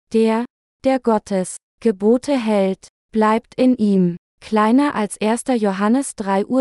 der Gottes Gebote hält, bleibt in ihm. Kleiner als 1. Johannes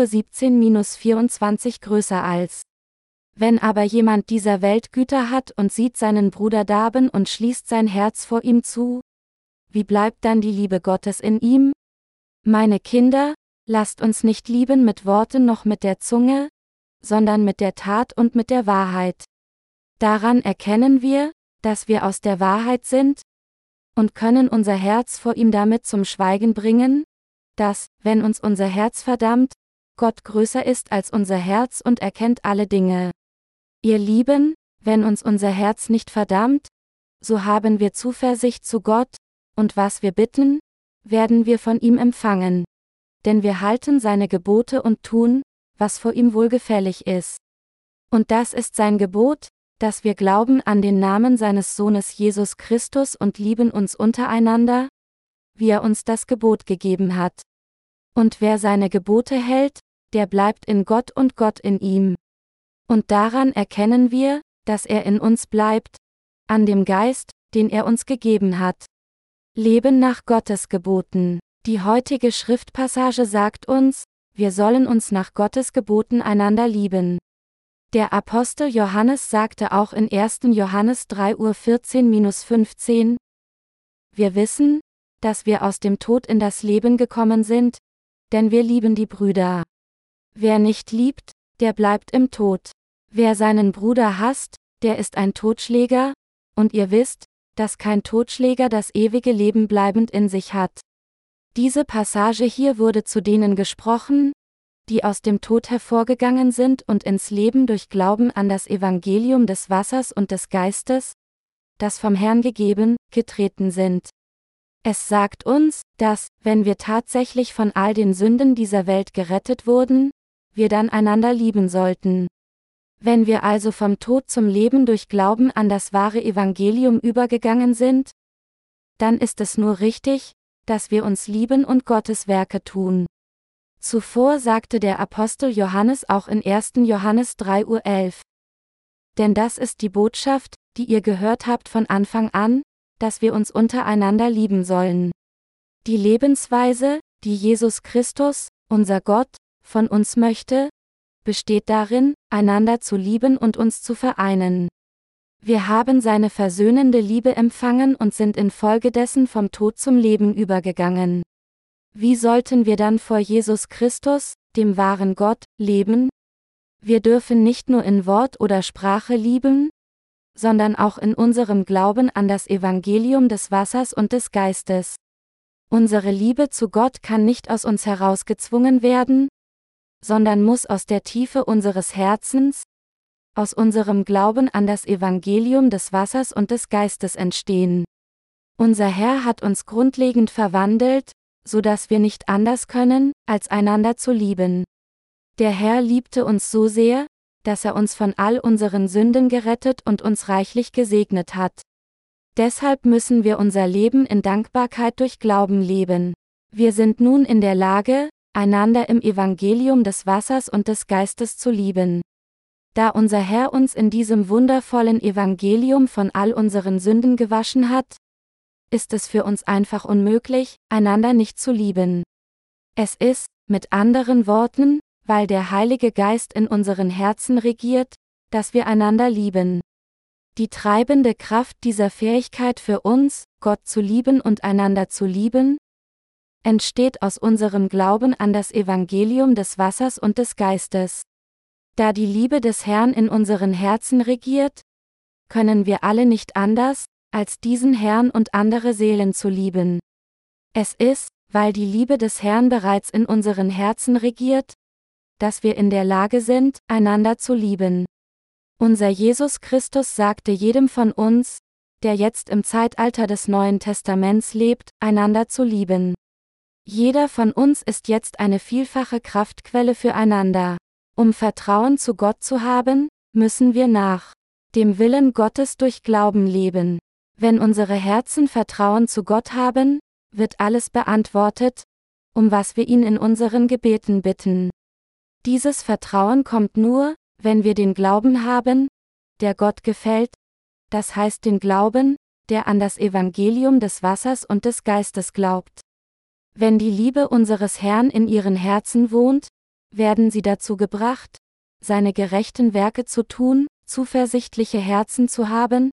3:17-24 größer als. Wenn aber jemand dieser Welt Güter hat und sieht seinen Bruder darben und schließt sein Herz vor ihm zu, wie bleibt dann die Liebe Gottes in ihm? Meine Kinder, lasst uns nicht lieben mit Worten noch mit der Zunge, sondern mit der Tat und mit der Wahrheit. Daran erkennen wir, dass wir aus der Wahrheit sind, und können unser Herz vor ihm damit zum Schweigen bringen, dass, wenn uns unser Herz verdammt, Gott größer ist als unser Herz und erkennt alle Dinge. Ihr Lieben, wenn uns unser Herz nicht verdammt, so haben wir Zuversicht zu Gott, und was wir bitten, werden wir von ihm empfangen. Denn wir halten seine Gebote und tun, was vor ihm wohlgefällig ist. Und das ist sein Gebot, dass wir glauben an den Namen seines Sohnes Jesus Christus und lieben uns untereinander, wie er uns das Gebot gegeben hat. Und wer seine Gebote hält, der bleibt in Gott und Gott in ihm. Und daran erkennen wir, dass er in uns bleibt, an dem Geist, den er uns gegeben hat. Leben nach Gottes Geboten. Die heutige Schriftpassage sagt uns, wir sollen uns nach Gottes Geboten einander lieben. Der Apostel Johannes sagte auch in 1. Johannes 3:14-15, wir wissen, dass wir aus dem Tod in das Leben gekommen sind, denn wir lieben die Brüder. Wer nicht liebt, der bleibt im Tod. Wer seinen Bruder hasst, der ist ein Totschläger, und ihr wisst, dass kein Totschläger das ewige Leben bleibend in sich hat. Diese Passage hier wurde zu denen gesprochen, die aus dem Tod hervorgegangen sind und ins Leben durch Glauben an das Evangelium des Wassers und des Geistes, das vom Herrn gegeben, getreten sind. Es sagt uns, dass, wenn wir tatsächlich von all den Sünden dieser Welt gerettet wurden, wir dann einander lieben sollten. Wenn wir also vom Tod zum Leben durch Glauben an das wahre Evangelium übergegangen sind, dann ist es nur richtig, dass wir uns lieben und Gottes Werke tun. Zuvor sagte der Apostel Johannes auch in 1. Johannes 3:11. Denn das ist die Botschaft, die ihr gehört habt von Anfang an, dass wir uns untereinander lieben sollen. Die Lebensweise, die Jesus Christus, unser Gott, von uns möchte, besteht darin, einander zu lieben und uns zu vereinen. Wir haben seine versöhnende Liebe empfangen und sind infolgedessen vom Tod zum Leben übergegangen. Wie sollten wir dann vor Jesus Christus, dem wahren Gott, leben? Wir dürfen nicht nur in Wort oder Sprache lieben, sondern auch in unserem Glauben an das Evangelium des Wassers und des Geistes. Unsere Liebe zu Gott kann nicht aus uns herausgezwungen werden, sondern muss aus der Tiefe unseres Herzens, aus unserem Glauben an das Evangelium des Wassers und des Geistes entstehen. Unser Herr hat uns grundlegend verwandelt, so dass wir nicht anders können, als einander zu lieben. Der Herr liebte uns so sehr, dass er uns von all unseren Sünden gerettet und uns reichlich gesegnet hat. Deshalb müssen wir unser Leben in Dankbarkeit durch Glauben leben. Wir sind nun in der Lage, einander im Evangelium des Wassers und des Geistes zu lieben. Da unser Herr uns in diesem wundervollen Evangelium von all unseren Sünden gewaschen hat, ist es für uns einfach unmöglich, einander nicht zu lieben. Es ist, mit anderen Worten, weil der Heilige Geist in unseren Herzen regiert, dass wir einander lieben. Die treibende Kraft dieser Fähigkeit für uns, Gott zu lieben und einander zu lieben, entsteht aus unserem Glauben an das Evangelium des Wassers und des Geistes. Da die Liebe des Herrn in unseren Herzen regiert, können wir alle nicht anders, als diesen Herrn und andere Seelen zu lieben. Es ist, weil die Liebe des Herrn bereits in unseren Herzen regiert, dass wir in der Lage sind, einander zu lieben. Unser Jesus Christus sagte jedem von uns, der jetzt im Zeitalter des Neuen Testaments lebt, einander zu lieben. Jeder von uns ist jetzt eine vielfache Kraftquelle füreinander. Um Vertrauen zu Gott zu haben, müssen wir nach dem Willen Gottes durch Glauben leben. Wenn unsere Herzen Vertrauen zu Gott haben, wird alles beantwortet, um was wir ihn in unseren Gebeten bitten. Dieses Vertrauen kommt nur, wenn wir den Glauben haben, der Gott gefällt, das heißt den Glauben, der an das Evangelium des Wassers und des Geistes glaubt. Wenn die Liebe unseres Herrn in ihren Herzen wohnt, werden sie dazu gebracht, seine gerechten Werke zu tun, zuversichtliche Herzen zu haben,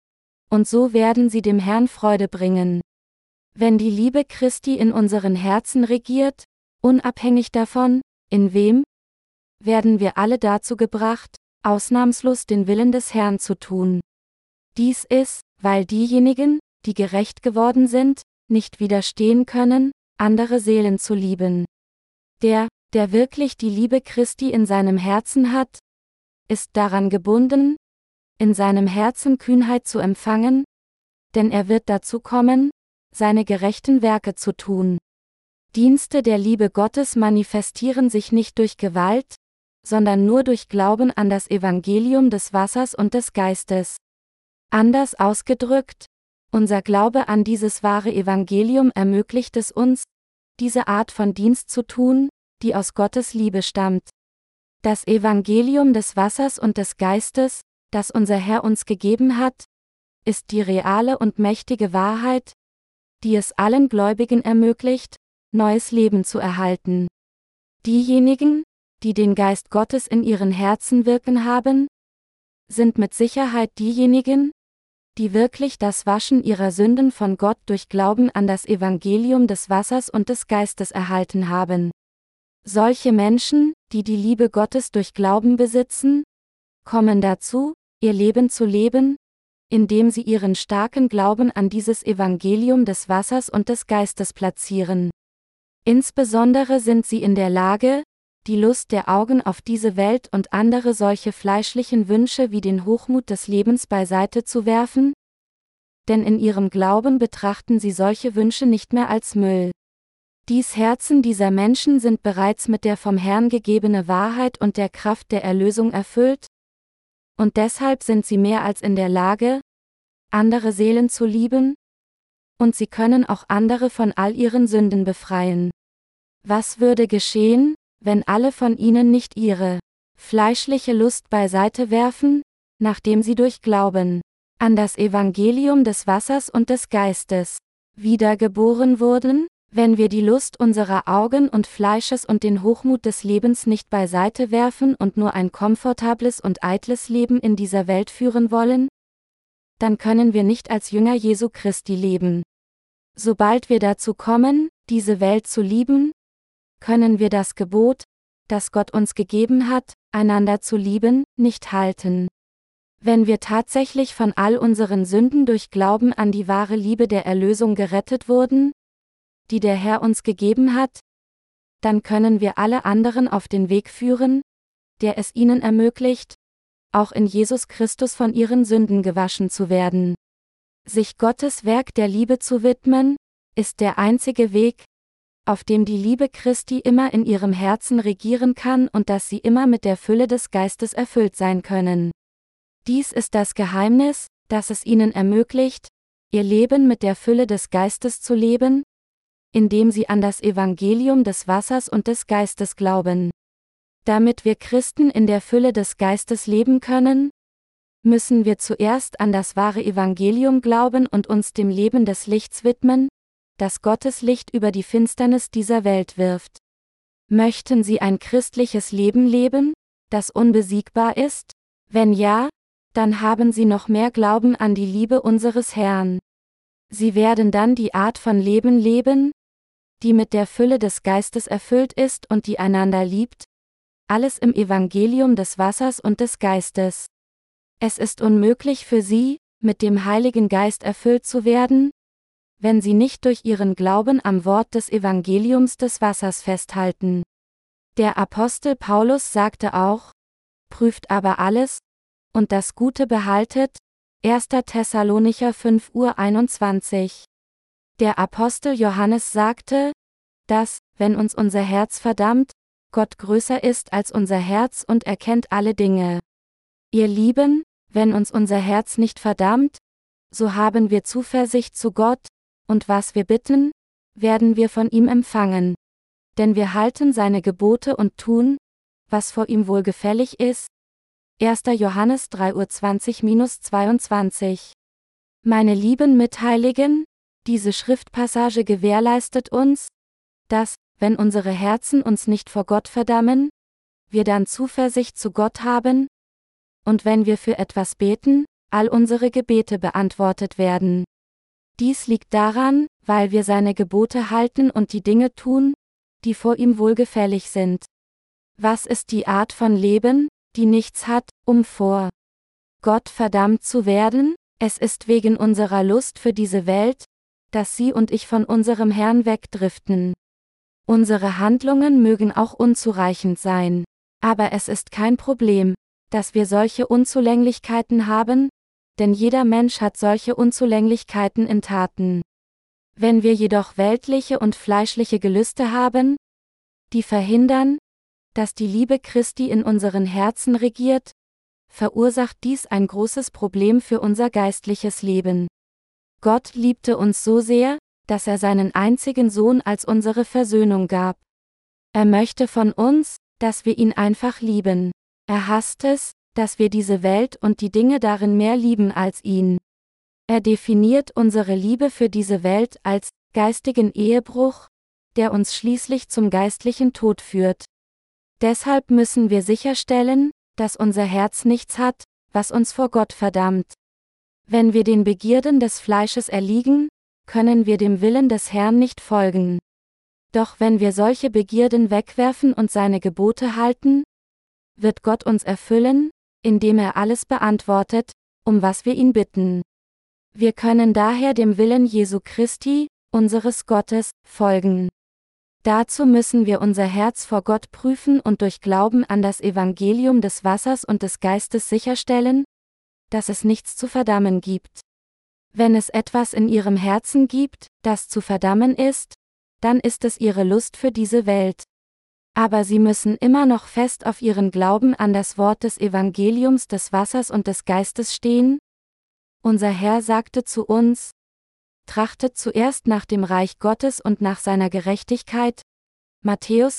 und so werden sie dem Herrn Freude bringen. Wenn die Liebe Christi in unseren Herzen regiert, unabhängig davon, in wem, werden wir alle dazu gebracht, ausnahmslos den Willen des Herrn zu tun. Dies ist, weil diejenigen, die gerecht geworden sind, nicht widerstehen können, andere Seelen zu lieben. Der wirklich die Liebe Christi in seinem Herzen hat, ist daran gebunden, in seinem Herzen Kühnheit zu empfangen, denn er wird dazu kommen, seine gerechten Werke zu tun. Dienste der Liebe Gottes manifestieren sich nicht durch Gewalt, sondern nur durch Glauben an das Evangelium des Wassers und des Geistes. Anders ausgedrückt, unser Glaube an dieses wahre Evangelium ermöglicht es uns, diese Art von Dienst zu tun, die aus Gottes Liebe stammt. Das Evangelium des Wassers und des Geistes, das unser Herr uns gegeben hat, ist die reale und mächtige Wahrheit, die es allen Gläubigen ermöglicht, neues Leben zu erhalten. Diejenigen, die den Geist Gottes in ihren Herzen wirken haben, sind mit Sicherheit diejenigen, die wirklich das Waschen ihrer Sünden von Gott durch Glauben an das Evangelium des Wassers und des Geistes erhalten haben. Solche Menschen, die die Liebe Gottes durch Glauben besitzen, kommen dazu, ihr Leben zu leben, indem sie ihren starken Glauben an dieses Evangelium des Wassers und des Geistes platzieren. Insbesondere sind sie in der Lage, die Lust der Augen auf diese Welt und andere solche fleischlichen Wünsche wie den Hochmut des Lebens beiseite zu werfen, denn in ihrem Glauben betrachten sie solche Wünsche nicht mehr als Müll. Dies Herzen dieser Menschen sind bereits mit der vom Herrn gegebene Wahrheit und der Kraft der Erlösung erfüllt, und deshalb sind sie mehr als in der Lage, andere Seelen zu lieben, und sie können auch andere von all ihren Sünden befreien. Was würde geschehen, wenn alle von ihnen nicht ihre fleischliche Lust beiseite werfen, nachdem sie durch Glauben an das Evangelium des Wassers und des Geistes wiedergeboren wurden? Wenn wir die Lust unserer Augen und Fleisches und den Hochmut des Lebens nicht beiseite werfen und nur ein komfortables und eitles Leben in dieser Welt führen wollen, dann können wir nicht als Jünger Jesu Christi leben. Sobald wir dazu kommen, diese Welt zu lieben, können wir das Gebot, das Gott uns gegeben hat, einander zu lieben, nicht halten. Wenn wir tatsächlich von all unseren Sünden durch Glauben an die wahre Liebe der Erlösung gerettet wurden, die der Herr uns gegeben hat, dann können wir alle anderen auf den Weg führen, der es ihnen ermöglicht, auch in Jesus Christus von ihren Sünden gewaschen zu werden. Sich Gottes Werk der Liebe zu widmen, ist der einzige Weg, auf dem die Liebe Christi immer in ihrem Herzen regieren kann und dass sie immer mit der Fülle des Geistes erfüllt sein können. Dies ist das Geheimnis, das es ihnen ermöglicht, ihr Leben mit der Fülle des Geistes zu leben, indem sie an das Evangelium des Wassers und des Geistes glauben. Damit wir Christen in der Fülle des Geistes leben können, müssen wir zuerst an das wahre Evangelium glauben und uns dem Leben des Lichts widmen, das Gottes Licht über die Finsternis dieser Welt wirft. Möchten Sie ein christliches Leben leben, das unbesiegbar ist? Wenn ja, dann haben Sie noch mehr Glauben an die Liebe unseres Herrn. Sie werden dann die Art von Leben leben, die mit der Fülle des Geistes erfüllt ist und die einander liebt, alles im Evangelium des Wassers und des Geistes. Es ist unmöglich für Sie, mit dem Heiligen Geist erfüllt zu werden, wenn Sie nicht durch Ihren Glauben am Wort des Evangeliums des Wassers festhalten. Der Apostel Paulus sagte auch: Prüft aber alles, und das Gute behaltet. 1. Thessalonicher 5:21. Der Apostel Johannes sagte, dass, wenn uns unser Herz verdammt, Gott größer ist als unser Herz und erkennt alle Dinge. Ihr Lieben, wenn uns unser Herz nicht verdammt, so haben wir Zuversicht zu Gott, und was wir bitten, werden wir von ihm empfangen. Denn wir halten seine Gebote und tun, was vor ihm wohlgefällig ist. 1. Johannes 3:20-22. Meine lieben Mitheiligen, diese Schriftpassage gewährleistet uns, dass, wenn unsere Herzen uns nicht vor Gott verdammen, wir dann Zuversicht zu Gott haben, und wenn wir für etwas beten, all unsere Gebete beantwortet werden. Dies liegt daran, weil wir seine Gebote halten und die Dinge tun, die vor ihm wohlgefällig sind. Was ist die Art von Leben, die nichts hat, um vor Gott verdammt zu werden? Es ist wegen unserer Lust für diese Welt, dass Sie und ich von unserem Herrn wegdriften. Unsere Handlungen mögen auch unzureichend sein. Aber es ist kein Problem, dass wir solche Unzulänglichkeiten haben, denn jeder Mensch hat solche Unzulänglichkeiten in Taten. Wenn wir jedoch weltliche und fleischliche Gelüste haben, die verhindern, dass die Liebe Christi in unseren Herzen regiert, verursacht dies ein großes Problem für unser geistliches Leben. Gott liebte uns so sehr, dass er seinen einzigen Sohn als unsere Versöhnung gab. Er möchte von uns, dass wir ihn einfach lieben. Er hasst es, dass wir diese Welt und die Dinge darin mehr lieben als ihn. Er definiert unsere Liebe für diese Welt als geistigen Ehebruch, der uns schließlich zum geistlichen Tod führt. Deshalb müssen wir sicherstellen, dass unser Herz nichts hat, was uns vor Gott verdammt. Wenn wir den Begierden des Fleisches erliegen, können wir dem Willen des Herrn nicht folgen. Doch wenn wir solche Begierden wegwerfen und seine Gebote halten, wird Gott uns erfüllen, indem er alles beantwortet, um was wir ihn bitten. Wir können daher dem Willen Jesu Christi, unseres Gottes, folgen. Dazu müssen wir unser Herz vor Gott prüfen und durch Glauben an das Evangelium des Wassers und des Geistes sicherstellen, dass es nichts zu verdammen gibt. Wenn es etwas in ihrem Herzen gibt, das zu verdammen ist, dann ist es ihre Lust für diese Welt. Aber sie müssen immer noch fest auf ihren Glauben an das Wort des Evangeliums des Wassers und des Geistes stehen. Unser Herr sagte zu uns: Trachtet zuerst nach dem Reich Gottes und nach seiner Gerechtigkeit. Matthäus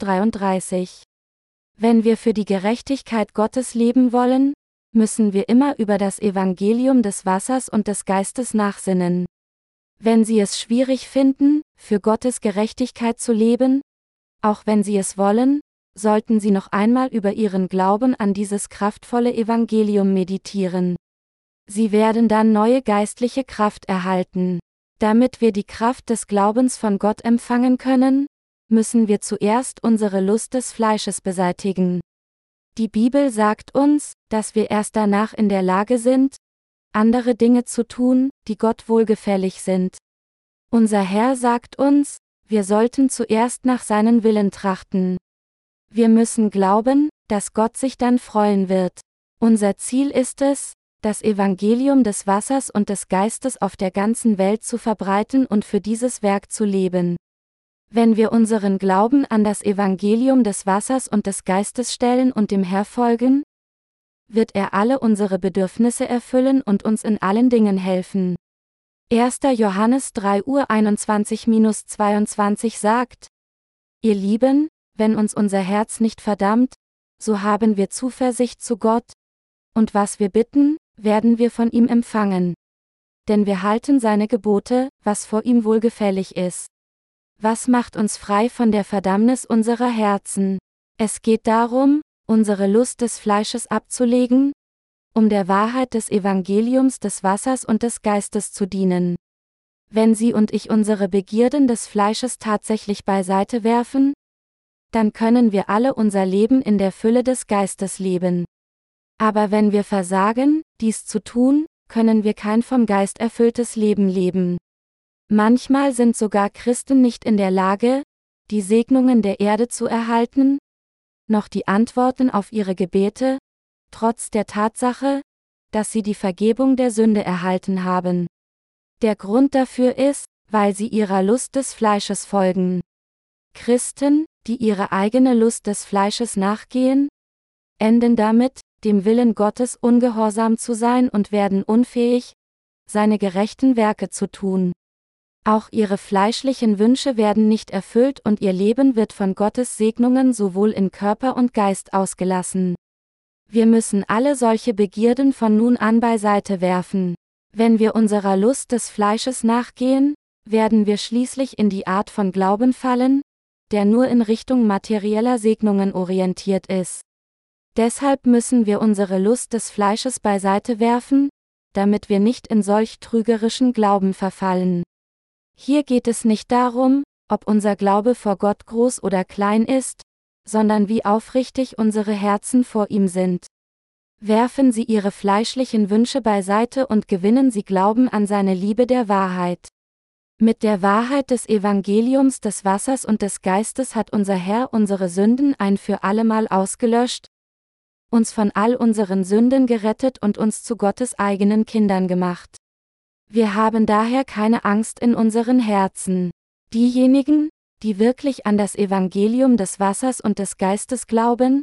6,33 Uhr. Wenn wir für die Gerechtigkeit Gottes leben wollen, müssen wir immer über das Evangelium des Wassers und des Geistes nachsinnen. Wenn Sie es schwierig finden, für Gottes Gerechtigkeit zu leben, auch wenn Sie es wollen, sollten Sie noch einmal über Ihren Glauben an dieses kraftvolle Evangelium meditieren. Sie werden dann neue geistliche Kraft erhalten. Damit wir die Kraft des Glaubens von Gott empfangen können, müssen wir zuerst unsere Lust des Fleisches beseitigen. Die Bibel sagt uns, dass wir erst danach in der Lage sind, andere Dinge zu tun, die Gott wohlgefällig sind. Unser Herr sagt uns, wir sollten zuerst nach seinen Willen trachten. Wir müssen glauben, dass Gott sich dann freuen wird. Unser Ziel ist es, das Evangelium des Wassers und des Geistes auf der ganzen Welt zu verbreiten und für dieses Werk zu leben. Wenn wir unseren Glauben an das Evangelium des Wassers und des Geistes stellen und dem Herr folgen, wird er alle unsere Bedürfnisse erfüllen und uns in allen Dingen helfen. 1. Johannes 3:21-22 sagt: Ihr Lieben, wenn uns unser Herz nicht verdammt, so haben wir Zuversicht zu Gott, und was wir bitten, werden wir von ihm empfangen. Denn wir halten seine Gebote, was vor ihm wohlgefällig ist. Was macht uns frei von der Verdammnis unserer Herzen? Es geht darum, unsere Lust des Fleisches abzulegen, um der Wahrheit des Evangeliums des Wassers und des Geistes zu dienen. Wenn Sie und ich unsere Begierden des Fleisches tatsächlich beiseite werfen, dann können wir alle unser Leben in der Fülle des Geistes leben. Aber wenn wir versagen, dies zu tun, können wir kein vom Geist erfülltes Leben leben. Manchmal sind sogar Christen nicht in der Lage, die Segnungen der Erde zu erhalten, noch die Antworten auf ihre Gebete, trotz der Tatsache, dass sie die Vergebung der Sünde erhalten haben. Der Grund dafür ist, weil sie ihrer Lust des Fleisches folgen. Christen, die ihre eigene Lust des Fleisches nachgehen, enden damit, dem Willen Gottes ungehorsam zu sein und werden unfähig, seine gerechten Werke zu tun. Auch ihre fleischlichen Wünsche werden nicht erfüllt und ihr Leben wird von Gottes Segnungen sowohl in Körper und Geist ausgelassen. Wir müssen alle solche Begierden von nun an beiseite werfen. Wenn wir unserer Lust des Fleisches nachgehen, werden wir schließlich in die Art von Glauben fallen, der nur in Richtung materieller Segnungen orientiert ist. Deshalb müssen wir unsere Lust des Fleisches beiseite werfen, damit wir nicht in solch trügerischen Glauben verfallen. Hier geht es nicht darum, ob unser Glaube vor Gott groß oder klein ist, sondern wie aufrichtig unsere Herzen vor ihm sind. Werfen Sie Ihre fleischlichen Wünsche beiseite und gewinnen Sie Glauben an seine Liebe der Wahrheit. Mit der Wahrheit des Evangeliums des Wassers und des Geistes hat unser Herr unsere Sünden ein für allemal ausgelöscht, uns von all unseren Sünden gerettet und uns zu Gottes eigenen Kindern gemacht. Wir haben daher keine Angst in unseren Herzen. Diejenigen, die wirklich an das Evangelium des Wassers und des Geistes glauben,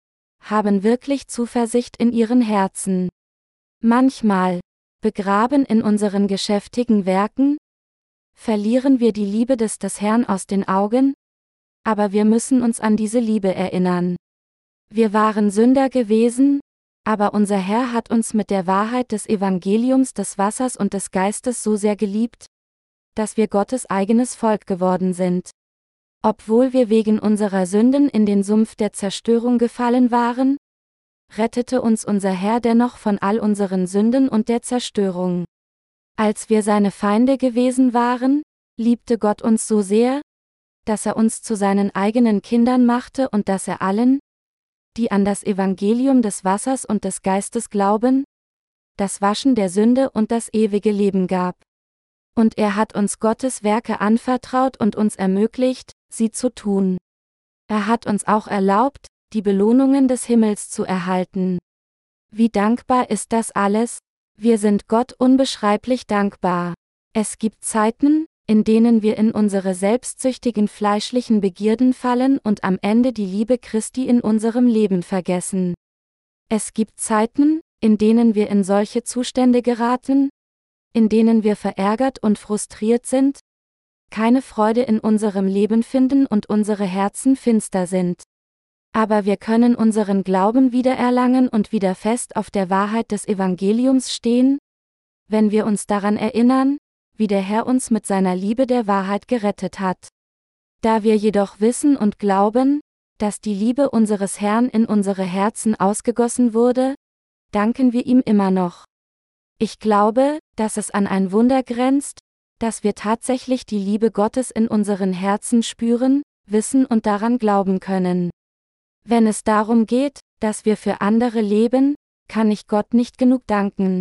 haben wirklich Zuversicht in ihren Herzen. Manchmal, begraben in unseren geschäftigen Werken, verlieren wir die Liebe des Herrn aus den Augen, aber wir müssen uns an diese Liebe erinnern. Wir waren Sünder gewesen, aber unser Herr hat uns mit der Wahrheit des Evangeliums des Wassers und des Geistes so sehr geliebt, dass wir Gottes eigenes Volk geworden sind. Obwohl wir wegen unserer Sünden in den Sumpf der Zerstörung gefallen waren, rettete uns unser Herr dennoch von all unseren Sünden und der Zerstörung. Als wir seine Feinde gewesen waren, liebte Gott uns so sehr, dass er uns zu seinen eigenen Kindern machte und dass er allen, die an das Evangelium des Wassers und des Geistes glauben, das Waschen der Sünde und das ewige Leben gab. Und er hat uns Gottes Werke anvertraut und uns ermöglicht, sie zu tun. Er hat uns auch erlaubt, die Belohnungen des Himmels zu erhalten. Wie dankbar ist das alles? Wir sind Gott unbeschreiblich dankbar. Es gibt Zeiten, in denen wir in unsere selbstsüchtigen fleischlichen Begierden fallen und am Ende die Liebe Christi in unserem Leben vergessen. Es gibt Zeiten, in denen wir in solche Zustände geraten, in denen wir verärgert und frustriert sind, keine Freude in unserem Leben finden und unsere Herzen finster sind. Aber wir können unseren Glauben wiedererlangen und wieder fest auf der Wahrheit des Evangeliums stehen, wenn wir uns daran erinnern, wie der Herr uns mit seiner Liebe der Wahrheit gerettet hat. Da wir jedoch wissen und glauben, dass die Liebe unseres Herrn in unsere Herzen ausgegossen wurde, danken wir ihm immer noch. Ich glaube, dass es an ein Wunder grenzt, dass wir tatsächlich die Liebe Gottes in unseren Herzen spüren, wissen und daran glauben können. Wenn es darum geht, dass wir für andere leben, kann ich Gott nicht genug danken.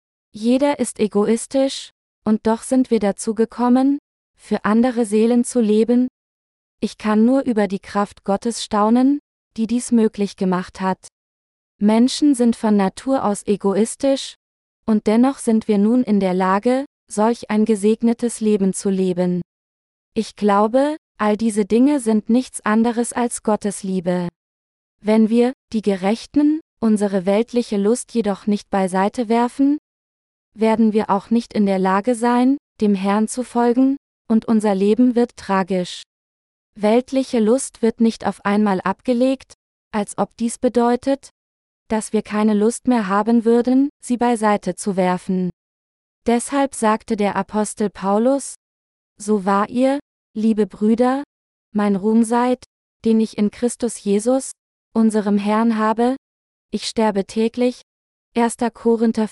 Jeder ist egoistisch, und doch sind wir dazu gekommen, für andere Seelen zu leben. Ich kann nur über die Kraft Gottes staunen, die dies möglich gemacht hat. Menschen sind von Natur aus egoistisch, und dennoch sind wir nun in der Lage, solch ein gesegnetes Leben zu leben. Ich glaube, all diese Dinge sind nichts anderes als Gottes Liebe. Wenn wir, die Gerechten, unsere weltliche Lust jedoch nicht beiseite werfen, werden wir auch nicht in der Lage sein, dem Herrn zu folgen, und unser Leben wird tragisch. Weltliche Lust wird nicht auf einmal abgelegt, als ob dies bedeutet, dass wir keine Lust mehr haben würden, sie beiseite zu werfen. Deshalb sagte der Apostel Paulus: So wahr ihr, liebe Brüder, mein Ruhm seid, den ich in Christus Jesus, unserem Herrn habe, ich sterbe täglich. 1. Korinther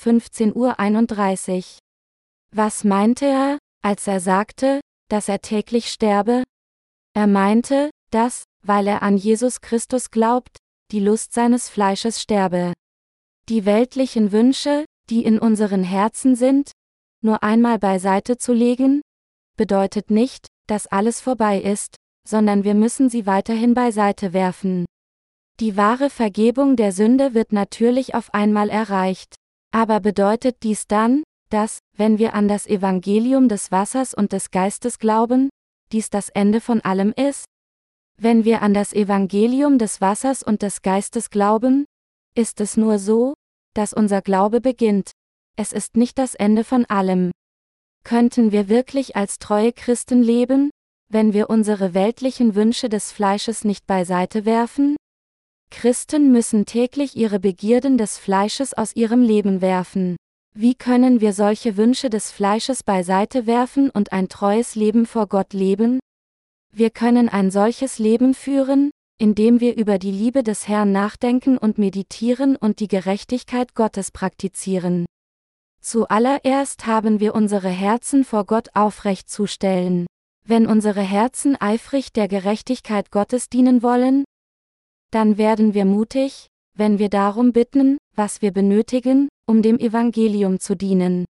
15:31. Was meinte er, als er sagte, dass er täglich sterbe? Er meinte, dass, weil er an Jesus Christus glaubt, die Lust seines Fleisches sterbe. Die weltlichen Wünsche, die in unseren Herzen sind, nur einmal beiseite zu legen, bedeutet nicht, dass alles vorbei ist, sondern wir müssen sie weiterhin beiseite werfen. Die wahre Vergebung der Sünde wird natürlich auf einmal erreicht. Aber bedeutet dies dann, dass, wenn wir an das Evangelium des Wassers und des Geistes glauben, dies das Ende von allem ist? Wenn wir an das Evangelium des Wassers und des Geistes glauben, ist es nur so, dass unser Glaube beginnt. Es ist nicht das Ende von allem. Könnten wir wirklich als treue Christen leben, wenn wir unsere weltlichen Wünsche des Fleisches nicht beiseite werfen? Christen müssen täglich ihre Begierden des Fleisches aus ihrem Leben werfen. Wie können wir solche Wünsche des Fleisches beiseite werfen und ein treues Leben vor Gott leben? Wir können ein solches Leben führen, indem wir über die Liebe des Herrn nachdenken und meditieren und die Gerechtigkeit Gottes praktizieren. Zuallererst haben wir unsere Herzen vor Gott aufrecht zu stellen. Wenn unsere Herzen eifrig der Gerechtigkeit Gottes dienen wollen, dann werden wir mutig, wenn wir darum bitten, was wir benötigen, um dem Evangelium zu dienen.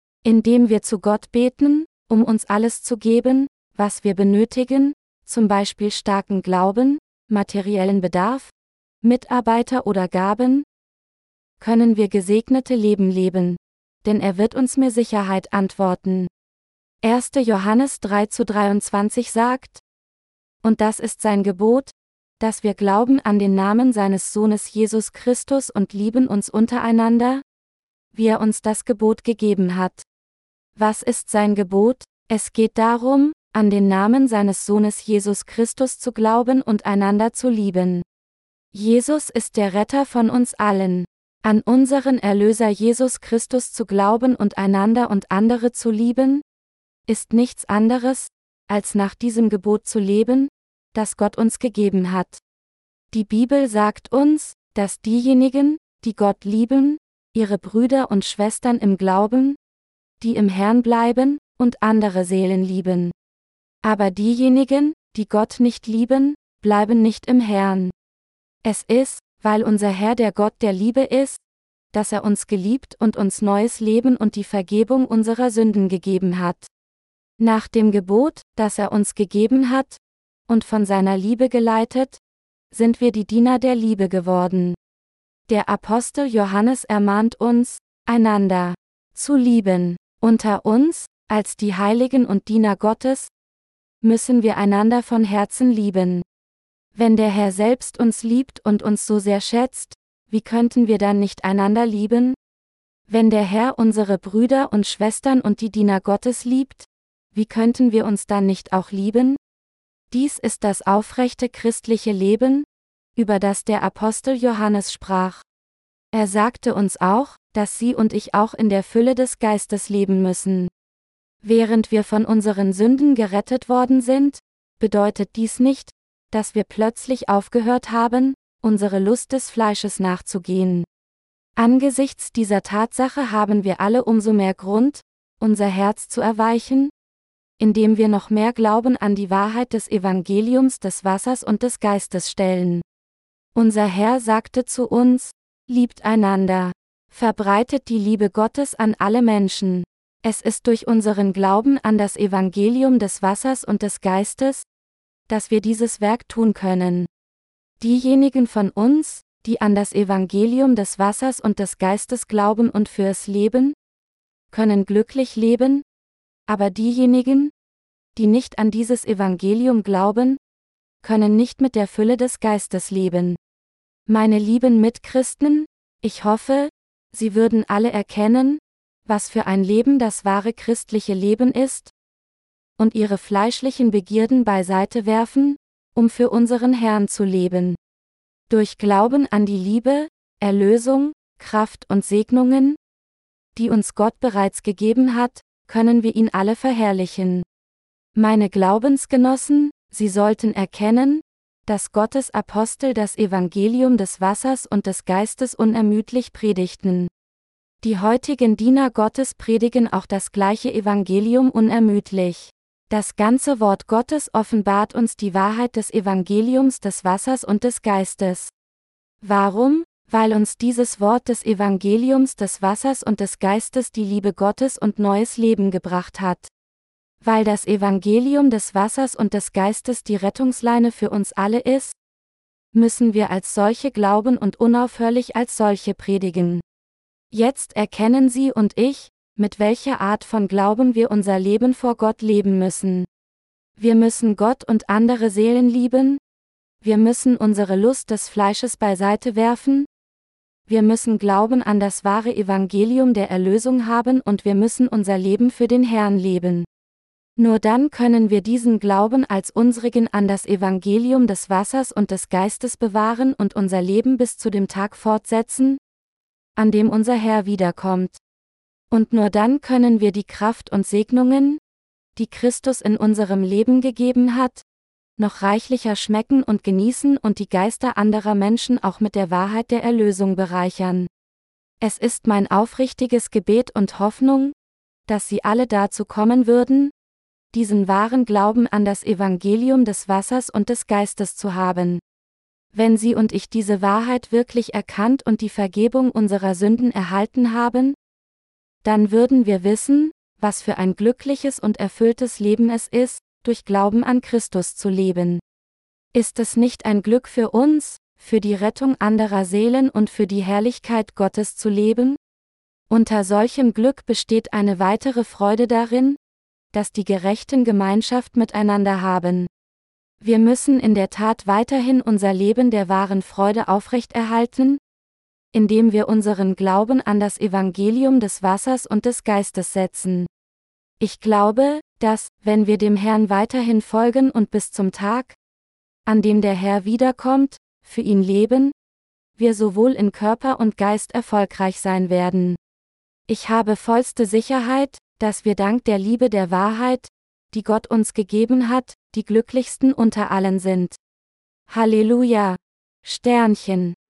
Indem wir zu Gott beten, um uns alles zu geben, was wir benötigen, zum Beispiel starken Glauben, materiellen Bedarf, Mitarbeiter oder Gaben, können wir gesegnete Leben leben, denn er wird uns mit Sicherheit antworten. 1. Johannes 3:23 sagt: Und das ist sein Gebot, dass wir glauben an den Namen seines Sohnes Jesus Christus und lieben uns untereinander, wie er uns das Gebot gegeben hat. Was ist sein Gebot? Es geht darum, an den Namen seines Sohnes Jesus Christus zu glauben und einander zu lieben. Jesus ist der Retter von uns allen. An unseren Erlöser Jesus Christus zu glauben und einander und andere zu lieben, ist nichts anderes, als nach diesem Gebot zu leben, das Gott uns gegeben hat. Die Bibel sagt uns, dass diejenigen, die Gott lieben, ihre Brüder und Schwestern im Glauben, die im Herrn bleiben, und andere Seelen lieben. Aber diejenigen, die Gott nicht lieben, bleiben nicht im Herrn. Es ist, weil unser Herr der Gott der Liebe ist, dass er uns geliebt und uns neues Leben und die Vergebung unserer Sünden gegeben hat. Nach dem Gebot, das er uns gegeben hat, und von seiner Liebe geleitet, sind wir die Diener der Liebe geworden. Der Apostel Johannes ermahnt uns, einander zu lieben. Unter uns, als die Heiligen und Diener Gottes, müssen wir einander von Herzen lieben. Wenn der Herr selbst uns liebt und uns so sehr schätzt, wie könnten wir dann nicht einander lieben? Wenn der Herr unsere Brüder und Schwestern und die Diener Gottes liebt, wie könnten wir uns dann nicht auch lieben? Dies ist das aufrechte christliche Leben, über das der Apostel Johannes sprach. Er sagte uns auch, dass Sie und ich auch in der Fülle des Geistes leben müssen. Während wir von unseren Sünden gerettet worden sind, bedeutet dies nicht, dass wir plötzlich aufgehört haben, unsere Lust des Fleisches nachzugehen. Angesichts dieser Tatsache haben wir alle umso mehr Grund, unser Herz zu erweichen, indem wir noch mehr Glauben an die Wahrheit des Evangeliums des Wassers und des Geistes stellen. Unser Herr sagte zu uns: Liebt einander. Verbreitet die Liebe Gottes an alle Menschen. Es ist durch unseren Glauben an das Evangelium des Wassers und des Geistes, dass wir dieses Werk tun können. Diejenigen von uns, die an das Evangelium des Wassers und des Geistes glauben und für es leben, können glücklich leben, aber diejenigen, die nicht an dieses Evangelium glauben, können nicht mit der Fülle des Geistes leben. Meine lieben Mitchristen, ich hoffe, Sie würden alle erkennen, was für ein Leben das wahre christliche Leben ist, und ihre fleischlichen Begierden beiseite werfen, um für unseren Herrn zu leben. Durch Glauben an die Liebe, Erlösung, Kraft und Segnungen, die uns Gott bereits gegeben hat, können wir ihn alle verherrlichen. Meine Glaubensgenossen, Sie sollten erkennen, dass Gottes Apostel das Evangelium des Wassers und des Geistes unermüdlich predigten. Die heutigen Diener Gottes predigen auch das gleiche Evangelium unermüdlich. Das ganze Wort Gottes offenbart uns die Wahrheit des Evangeliums des Wassers und des Geistes. Warum? Weil uns dieses Wort des Evangeliums des Wassers und des Geistes die Liebe Gottes und neues Leben gebracht hat. Weil das Evangelium des Wassers und des Geistes die Rettungsleine für uns alle ist, müssen wir als solche glauben und unaufhörlich als solche predigen. Jetzt erkennen Sie und ich, mit welcher Art von Glauben wir unser Leben vor Gott leben müssen. Wir müssen Gott und andere Seelen lieben, wir müssen unsere Lust des Fleisches beiseite werfen, wir müssen Glauben an das wahre Evangelium der Erlösung haben und wir müssen unser Leben für den Herrn leben. Nur dann können wir diesen Glauben als unsrigen an das Evangelium des Wassers und des Geistes bewahren und unser Leben bis zu dem Tag fortsetzen, an dem unser Herr wiederkommt. Und nur dann können wir die Kraft und Segnungen, die Christus in unserem Leben gegeben hat, noch reichlicher schmecken und genießen und die Geister anderer Menschen auch mit der Wahrheit der Erlösung bereichern. Es ist mein aufrichtiges Gebet und Hoffnung, dass Sie alle dazu kommen würden, diesen wahren Glauben an das Evangelium des Wassers und des Geistes zu haben. Wenn Sie und ich diese Wahrheit wirklich erkannt und die Vergebung unserer Sünden erhalten haben, dann würden wir wissen, was für ein glückliches und erfülltes Leben es ist, durch Glauben an Christus zu leben. Ist es nicht ein Glück für uns, für die Rettung anderer Seelen und für die Herrlichkeit Gottes zu leben? Unter solchem Glück besteht eine weitere Freude darin, dass die Gerechten Gemeinschaft miteinander haben. Wir müssen in der Tat weiterhin unser Leben der wahren Freude aufrechterhalten, indem wir unseren Glauben an das Evangelium des Wassers und des Geistes setzen. Ich glaube, dass, wenn wir dem Herrn weiterhin folgen und bis zum Tag, an dem der Herr wiederkommt, für ihn leben, wir sowohl in Körper und Geist erfolgreich sein werden. Ich habe vollste Sicherheit, dass wir dank der Liebe der Wahrheit, die Gott uns gegeben hat, die glücklichsten unter allen sind. Halleluja! Sternchen.